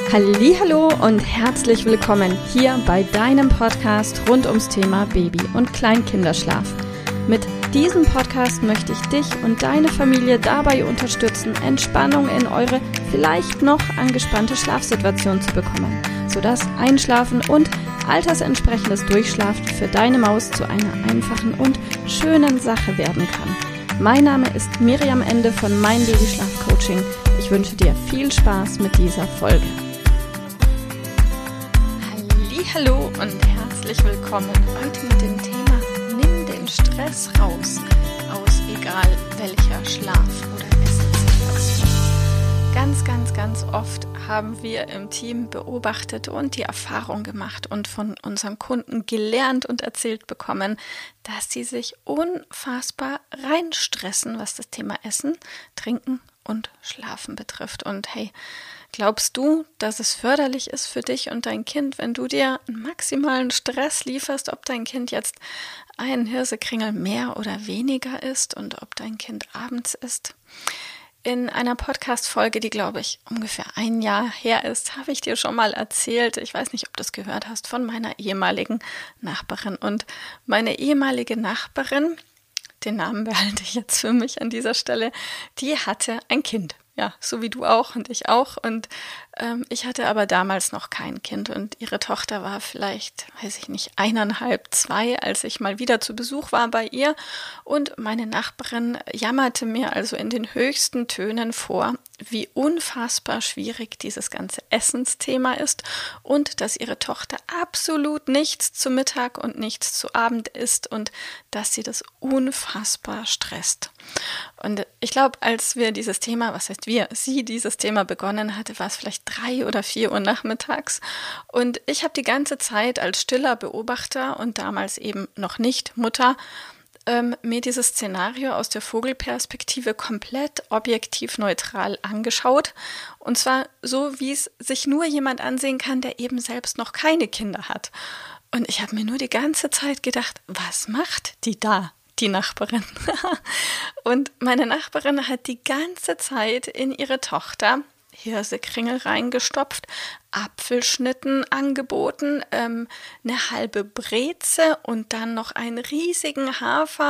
Hallihallo und herzlich willkommen hier bei deinem Podcast rund ums Thema Baby- und Kleinkinderschlaf. Mit diesem Podcast möchte ich dich und deine Familie dabei unterstützen, Entspannung in eure vielleicht noch angespannte Schlafsituation zu bekommen, sodass Einschlafen und altersentsprechendes Durchschlafen für deine Maus zu einer einfachen und schönen Sache werden kann. Mein Name ist Miriam Ende von Mein Babyschlaf Coaching. Ich wünsche dir viel Spaß mit dieser Folge. Hallo und herzlich willkommen heute mit dem Thema Nimm den Stress raus aus egal welcher Schlaf- oder Essenssituation. Ganz oft haben wir im Team beobachtet und die Erfahrung gemacht und von unseren Kunden gelernt und erzählt bekommen, dass sie sich unfassbar reinstressen, was das Thema Essen, Trinken und Schlafen betrifft. Und hey, glaubst du, dass es förderlich ist für dich und dein Kind, wenn du dir einen maximalen Stress lieferst, ob dein Kind jetzt einen Hirsekringel mehr oder weniger isst und ob dein Kind abends isst? In einer Podcast-Folge, die, glaube ich, ungefähr ein Jahr her ist, habe ich dir schon mal erzählt, ich weiß nicht, ob du es gehört hast, von meiner ehemaligen Nachbarin. Und meine ehemalige Nachbarin, den Namen behalte ich jetzt für mich an dieser Stelle, die hatte ein Kind. Ja, so wie du auch und ich auch. Und ich hatte aber damals noch kein Kind und ihre Tochter war vielleicht, weiß ich nicht, 1,5, 2, als ich mal wieder zu Besuch war bei ihr. Und meine Nachbarin jammerte mir also in den höchsten Tönen vor, wie unfassbar schwierig dieses ganze Essensthema ist und dass ihre Tochter absolut nichts zu Mittag und nichts zu Abend isst und dass sie das unfassbar stresst. Und ich glaube, als wir dieses Thema, sie dieses Thema begonnen hatte, war es vielleicht 3 oder 4 Uhr nachmittags. Und ich habe die ganze Zeit als stiller Beobachter und damals eben noch nicht Mutter mir dieses Szenario aus der Vogelperspektive komplett objektiv neutral angeschaut. Und zwar so, wie es sich nur jemand ansehen kann, der eben selbst noch keine Kinder hat. Und ich habe mir nur die ganze Zeit gedacht, was macht die da? Die Nachbarin. Und meine Nachbarin hat die ganze Zeit in ihre Tochter Hirsekringel reingestopft, Apfelschnitten angeboten, eine halbe Breze und dann noch einen riesigen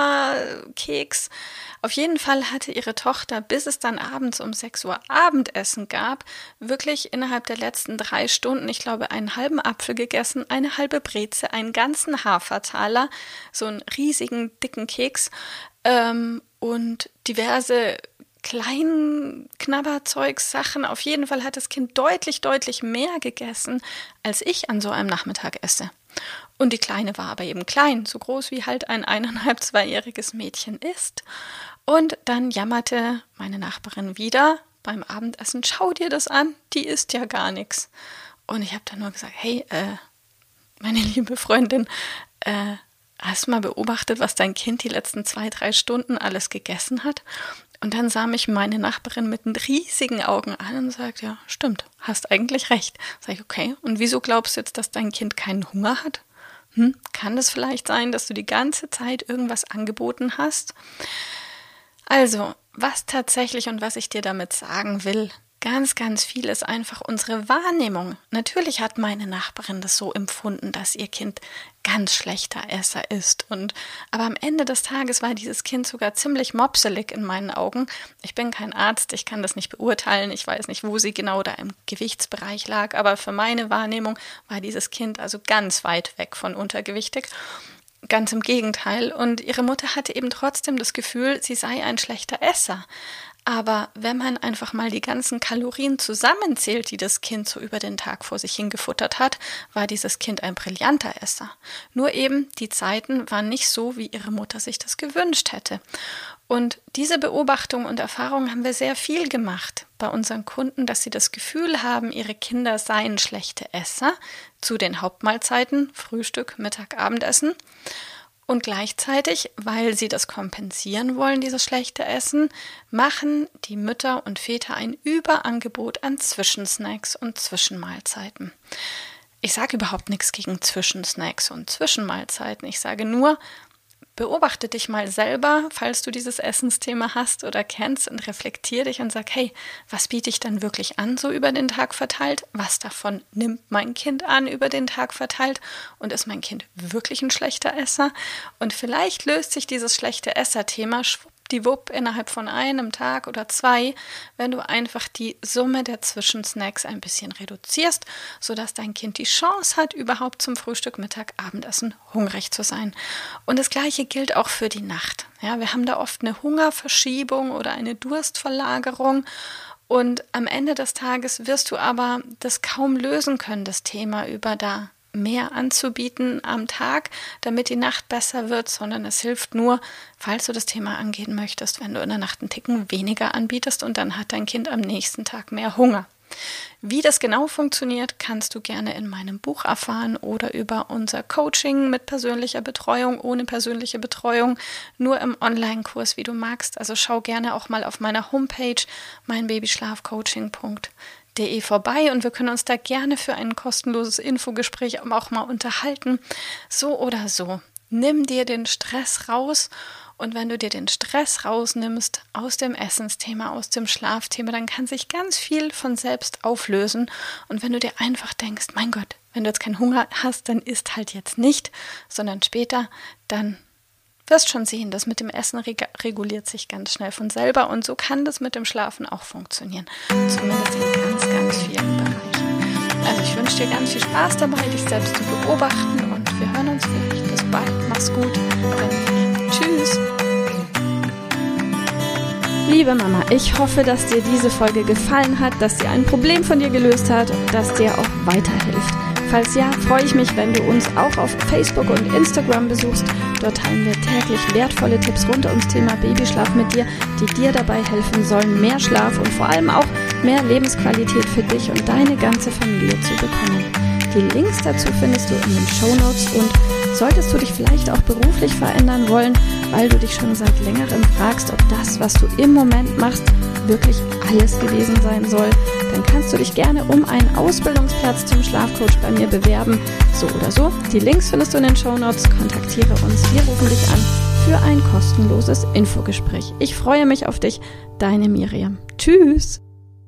Haferkeks. Auf jeden Fall hatte ihre Tochter, bis es dann abends um 6 Uhr Abendessen gab, wirklich innerhalb der letzten 3 Stunden, ich glaube, einen halben Apfel gegessen, eine halbe Breze, einen ganzen Hafertaler, so einen riesigen, dicken Keks und diverse kleinen Knabberzeugssachen. Auf jeden Fall hat das Kind deutlich mehr gegessen, als ich an so einem Nachmittag esse. Und die Kleine war aber eben klein, so groß wie halt ein 1,5-, 2-jähriges Mädchen ist. Und dann jammerte meine Nachbarin wieder beim Abendessen, schau dir das an, die isst ja gar nichts. Und ich habe dann nur gesagt, hey, meine liebe Freundin, hast du mal beobachtet, was dein Kind die letzten 2-3 Stunden alles gegessen hat? Und dann sah mich meine Nachbarin mit riesigen Augen an und sagt, ja, stimmt, hast eigentlich recht. Sag ich, okay, und wieso glaubst du jetzt, dass dein Kind keinen Hunger hat? Kann es vielleicht sein, dass du die ganze Zeit irgendwas angeboten hast? Also, was tatsächlich und was ich dir damit sagen will, ganz viel ist einfach unsere Wahrnehmung. Natürlich hat meine Nachbarin das so empfunden, dass ihr Kind ganz schlechter Esser ist. Aber am Ende des Tages war dieses Kind sogar ziemlich mopselig in meinen Augen. Ich bin kein Arzt, ich kann das nicht beurteilen. Ich weiß nicht, wo sie genau da im Gewichtsbereich lag. Aber für meine Wahrnehmung war dieses Kind also ganz weit weg von untergewichtig. Ganz im Gegenteil. Und ihre Mutter hatte eben trotzdem das Gefühl, sie sei ein schlechter Esser. Aber wenn man einfach mal die ganzen Kalorien zusammenzählt, die das Kind so über den Tag vor sich hingefuttert hat, war dieses Kind ein brillanter Esser. Nur eben, die Zeiten waren nicht so, wie ihre Mutter sich das gewünscht hätte. Und diese Beobachtung und Erfahrung haben wir sehr viel gemacht bei unseren Kunden, dass sie das Gefühl haben, ihre Kinder seien schlechte Esser zu den Hauptmahlzeiten, Frühstück, Mittag, Abendessen. Und gleichzeitig, weil sie das kompensieren wollen, dieses schlechte Essen, machen die Mütter und Väter ein Überangebot an Zwischensnacks und Zwischenmahlzeiten. Ich sage überhaupt nichts gegen Zwischensnacks und Zwischenmahlzeiten. Ich sage nur, Beobachte dich mal selber, falls du dieses Essensthema hast oder kennst, und reflektier dich und sag, hey, was biete ich dann wirklich an, so über den Tag verteilt? Was davon nimmt mein Kind an, über den Tag verteilt? Und ist mein Kind wirklich ein schlechter Esser? Und vielleicht löst sich dieses schlechte Esser-Thema schwuppdiwupp innerhalb von einem Tag oder 2, wenn du einfach die Summe der Zwischensnacks ein bisschen reduzierst, sodass dein Kind die Chance hat, überhaupt zum Frühstück, Mittag, Abendessen hungrig zu sein. Und das Gleiche gilt auch für die Nacht. Ja, wir haben da oft eine Hungerverschiebung oder eine Durstverlagerung. Und am Ende des Tages wirst du aber das kaum lösen können, das Thema über da mehr anzubieten am Tag, damit die Nacht besser wird, sondern es hilft nur, falls du das Thema angehen möchtest, wenn du in der Nacht einen Ticken weniger anbietest und dann hat dein Kind am nächsten Tag mehr Hunger. Wie das genau funktioniert, kannst du gerne in meinem Buch erfahren oder über unser Coaching mit persönlicher Betreuung, ohne persönliche Betreuung, nur im Online-Kurs, wie du magst. Also schau gerne auch mal auf meiner Homepage meinbabyschlafcoaching.de vorbei und wir können uns da gerne für ein kostenloses Infogespräch auch mal unterhalten. So oder so, nimm dir den Stress raus. Und wenn du dir den Stress rausnimmst aus dem Essensthema, aus dem Schlafthema, dann kann sich ganz viel von selbst auflösen. Und wenn du dir einfach denkst, mein Gott, wenn du jetzt keinen Hunger hast, dann isst halt jetzt nicht, sondern später, dann wirst schon sehen, das mit dem Essen reguliert sich ganz schnell von selber. Und so kann das mit dem Schlafen auch funktionieren. Zumindest in ganz, ganz vielen Bereichen. Also ich wünsche dir ganz viel Spaß dabei, dich selbst zu beobachten und wir hören uns vielleicht. Bis bald. Mach's gut. Tschüss. Liebe Mama, ich hoffe, dass dir diese Folge gefallen hat, dass sie ein Problem von dir gelöst hat und dass dir auch weiterhilft. Falls ja, freue ich mich, wenn du uns auch auf Facebook und Instagram besuchst. Dort teilen wir täglich wertvolle Tipps rund ums Thema Babyschlaf mit dir, die dir dabei helfen sollen, mehr Schlaf und vor allem auch mehr Lebensqualität für dich und deine ganze Familie zu bekommen. Die Links dazu findest du in den Shownotes und solltest du dich vielleicht auch beruflich verändern wollen, weil du dich schon seit längerem fragst, ob das, was du im Moment machst, wirklich alles gewesen sein soll, dann kannst du dich gerne um einen Ausbildungsplatz zum Schlafcoach bei mir bewerben. So oder so, die Links findest du in den Shownotes. Kontaktiere uns, wir rufen dich an für ein kostenloses Infogespräch. Ich freue mich auf dich, deine Miriam. Tschüss!